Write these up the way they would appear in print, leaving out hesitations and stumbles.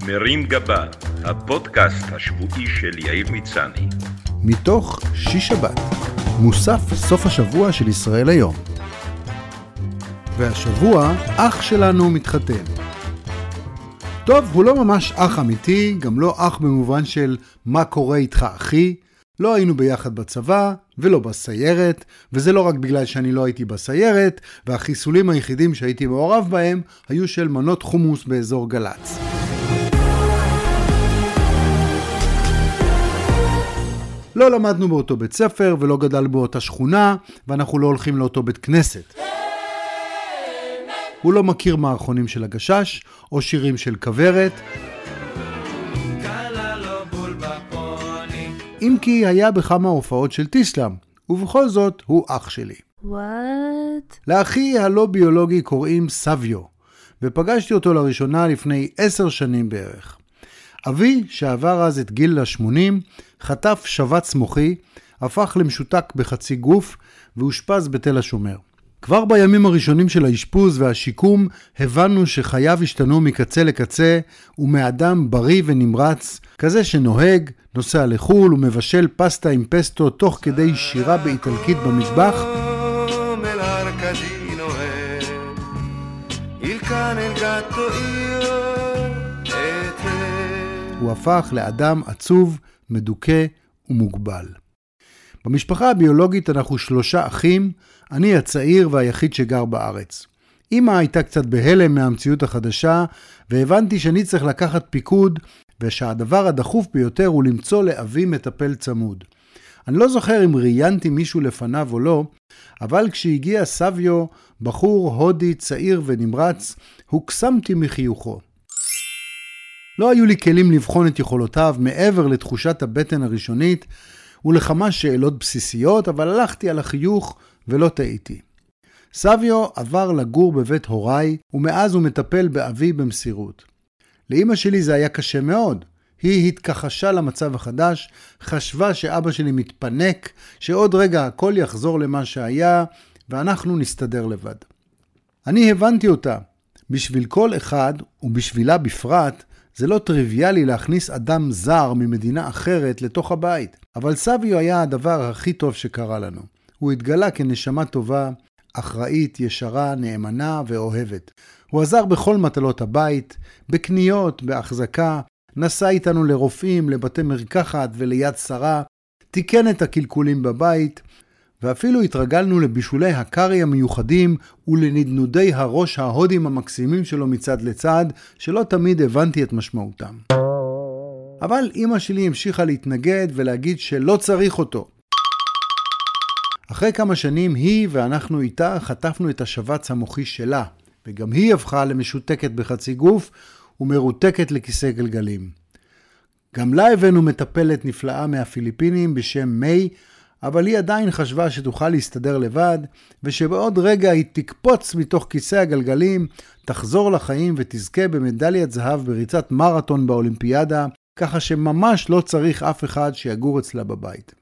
מרים גבה, הפודקאסט השבועי של יאיר מצני. מתוך שיש שבת, מוסף סוף השבוע של ישראל היום. והשבוע אח שלנו מתחתן. טוב, הוא לא ממש אח אמיתי, גם לא אח במובן של מה קורה איתך אחי. לא היינו ביחד בצבא ולא בסיירת, וזה לא רק בגלל שאני לא הייתי בסיירת, והחיסולים היחידים שהייתי מעורב בהם היו של מנות חומוס באזור גלץ. לא למדנו באותו בית ספר ולא גדל באותה שכונה, ואנחנו לא הולכים לאותו בית כנסת. הוא לא מכיר מערכונים של הגשש או שירים של כברת. אם כי היה בכמה הופעות של טיסלאם, ובכל זאת הוא אח שלי. What? לאחי הלא ביולוגי קוראים סביו, ופגשתי אותו לראשונה לפני 10 שנים בערך. אבי, שעבר אז את גיל ה-80, חטף שבץ מוחי, הפך למשותק בחצי גוף, והושפז בתל השומר. כבר בימים הראשונים של האשפוז והשיקום, הבנו שחייו השתנו מקצה לקצה, ומאדם בריא ונמרץ, כזה שנוהג, נוסע לחול ומבשל פסטה עם פסטו תוך כדי שירה באיטלקית במטבח. הוא הפך לאדם עצוב, מדוכא ומוגבל. במשפחה הביולוגית אנחנו 3 אחים, אני הצעיר והיחיד שגר בארץ. אמא הייתה קצת בהלם מהמציאות החדשה, והבנתי שאני צריך לקחת פיקוד, ושהדבר הדחוף ביותר הוא למצוא לאבי מטפל צמוד. אני לא זוכר אם ראיינתי מישהו לפניו או לא, אבל כשהגיע סביו, בחור הודי צעיר ונמרץ, הוקסמתי מחיוכו. לא היו לי כלים לבחון את יכולותיו מעבר לתחושת הבטן הראשונית, ולכמה שאלות בסיסיות, אבל הלכתי על החיוך ולא טעיתי. סביו עבר לגור בבית הוריי, ומאז הוא מטפל באבי במסירות. לאמא שלי זה היה קשה מאוד. היא התכחשה למצב החדש, חשבה שאבא שלי מתפנק, שעוד רגע הכל יחזור למה שהיה, ואנחנו נסתדר לבד. אני הבנתי אותה. בשביל כל אחד, ובשבילה בפרט, זה לא טריוויאלי להכניס אדם זר ממדינה אחרת לתוך הבית. אבל סביו היה הדבר הכי טוב שקרה לנו. הוא התגלה כנשמה טובה, אחראית, ישרה, נאמנה ואוהבת. הוא עזר בכל מטלות הבית, בקניות, בהחזקה, נסע איתנו לרופאים, לבתי מרקחת וליד שרה, תיקן את הקלקולים בבית, ואפילו התרגלנו לבישולי הקרי המיוחדים ולנדנודי הראש ההודים המקסימים שלו מצד לצד, שלא תמיד הבנתי את משמעותם. אבל אמא שלי המשיכה להתנגד ולהגיד שלא צריך אותו. אחרי כמה שנים היא ואנחנו איתה חטפנו את השבץ המוחי שלה, וגם היא הפכה למשותקת בחצי גוף ומרותקת לכיסא גלגלים. גם לה הבאנו מטפלת נפלאה מהפיליפינים בשם מיי, אבל היא עדיין חשבה שתוכל להסתדר לבד, ושבעוד רגע היא תקפוץ מתוך כיסא הגלגלים, תחזור לחיים ותזכה במדליית זהב בריצת מרתון באולימפיאדה, ככה שממש לא צריך אף אחד שיגור אצלה בבית.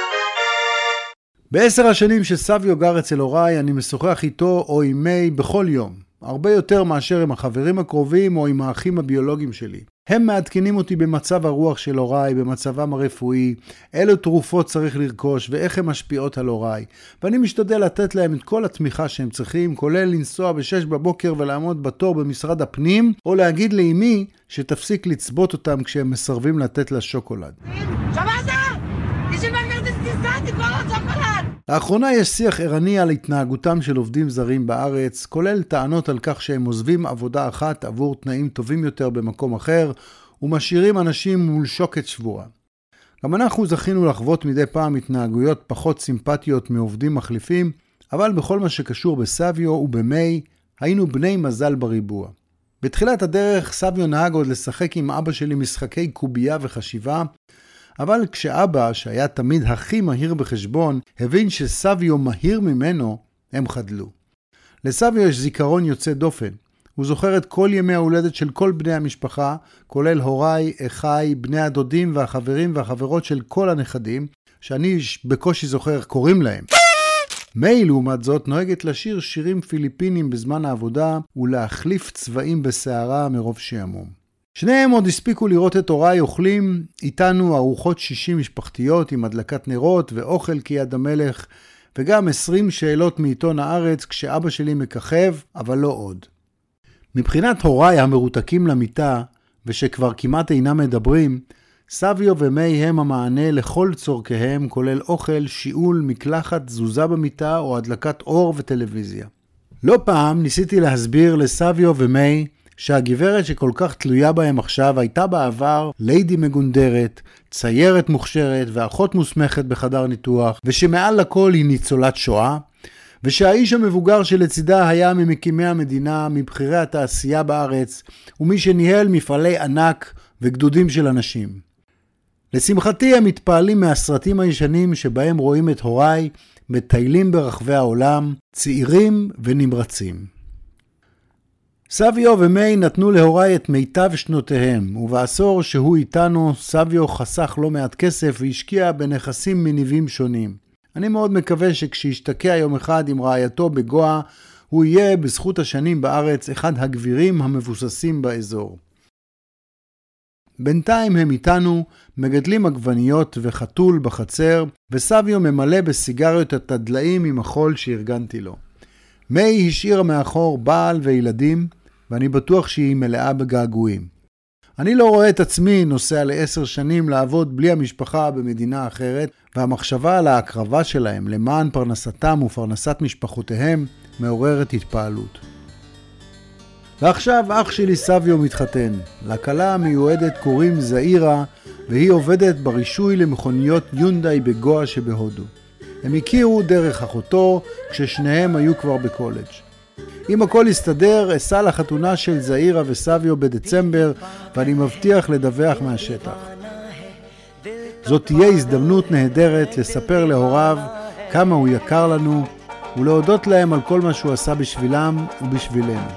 ב10 השנים שסביו גר אצל הוריי, אני משוחח איתו או עם מיי בכל יום. הרבה יותר מאשר עם החברים הקרובים או עם האחים הביולוגיים שלי. הם מעדכנים אותי במצב הרוח של הוריי, במצבם הרפואי, אילו תרופות צריך לרכוש ואיך הן משפיעות על הוריי. ואני משתדל לתת להם את כל התמיכה שהם צריכים, כולל לנסוע ב6 בבוקר ולעמוד בתור במשרד הפנים, או להגיד לאמי שתפסיק לצבות אותם כשהם מסרבים לתת לה שוקולד. לאחרונה יש שיח ערני על התנהגותם של עובדים זרים בארץ, כולל טענות על כך שהם עוזבים עבודה אחת עבור תנאים טובים יותר במקום אחר, ומשאירים אנשים מול שוקת שבורה. גם אנחנו זכינו לחוות מדי פעם התנהגויות פחות סימפטיות מעובדים מחליפים, אבל בכל מה שקשור בסביו ובמיי, היינו בני מזל בריבוע. בתחילת הדרך סביו נהג עוד לשחק עם אבא שלי משחקי קובייה וחשיבה, אבל כשאבא, שהיה תמיד הכי מהיר בחשבון, הבין שסביו מהיר ממנו, הם חדלו. לסביו יש זיכרון יוצא דופן. הוא זוכר את כל ימי ההולדת של כל בני המשפחה, כולל הוריי, אחיי, בני הדודים והחברים והחברות של כל הנכדים, שאני בקושי זוכר איך קוראים להם. מיי, לעומת זאת, נוהגת לשיר שירים פיליפינים בזמן העבודה ולהחליף צבעים בסערה מרוב שעמום. שניהם עוד הספיקו לראות את הוריי אוכלים איתנו ארוחות 60 משפחתיות עם הדלקת נרות ואוכל כיד המלך, וגם 20 שאלות מעיתון הארץ כשאבא שלי מככב, אבל לא עוד. מבחינת הוריי המרותקים למיטה, ושכבר כמעט אינם מדברים, סביו ומי הם המענה לכל צורכיהם, כולל אוכל, שיעול, מקלחת, תזוזה במיטה או הדלקת אור וטלוויזיה. לא פעם ניסיתי להסביר לסביו ומי שהגברת שכל כך תלויה בהם עכשיו הייתה בעבר ליידי מגונדרת, ציירת מוכשרת ואחות מוסמכת בחדר ניתוח, ושמעל לכל היא ניצולת שואה, ושהאיש המבוגר שלצידה היה ממקימי המדינה, מבחירי התעשייה בארץ, ומי שניהל מפעלי ענק וגדודים של אנשים. לשמחתי הם מתפעלים מהסרטים הישנים שבהם רואים את הוריי מטיילים ברחבי העולם, צעירים ונמרצים. סביו ומי נתנו להוריי את מיטב שנותיהם, ובעשור שהוא איתנו, סביו חסך לא מעט כסף והשקיע בנכסים מניבים שונים. אני מאוד מקווה שכשישתקע יום אחד עם רעייתו בגואה, הוא יהיה בזכות השנים בארץ אחד הגבירים המבוססים באזור. בינתיים הם איתנו, מגדלים עגבניות וחתול בחצר, וסביו ממלא בסיגריות את הדליים עם החול שארגנתי לו. מי השאירה מאחור בעל וילדים, ואני בטוח שהיא מלאה בגעגועים. אני לא רואה את עצמי נוסע ל10 שנים לעבוד בלי המשפחה במדינה אחרת, והמחשבה על ההקרבה שלהם למען פרנסתם ופרנסת משפחותיהם מעוררת התפעלות. ועכשיו אח שלי סביו מתחתן. לכלה המיועדת קוראים זעירה, והיא עובדת ברישוי למכוניות יונדאי בגואה שבהודו. הם הכירו דרך אחותו כששניהם היו כבר בקולג'. אם הכל יסתדר, אסע לחתונה של זעירה וסביו בדצמבר, ואני מבטיח לדווח מהשטח. זאת תהיה הזדמנות נהדרת לספר להוריו כמה הוא יקר לנו, ולהודות להם על כל מה שהוא עשה בשבילם ובשבילנו.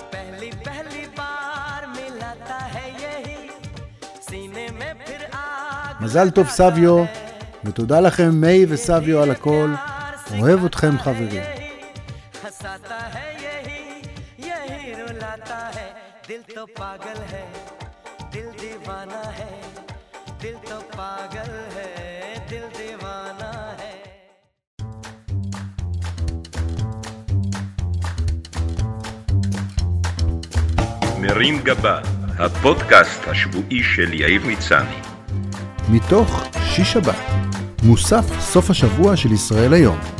מזל טוב סביו, ותודה לכם מי וסביו על הכל. אוהב אתכם חברים. दिल तो पागल है, दिल दीवाना है, दिल तो पागल है, दिल दीवाना है. מרים גבה, הפודקאסט השבועי של יאיר מצני. מתוך שיש שבת, מוסף סוף השבוע של ישראל היום.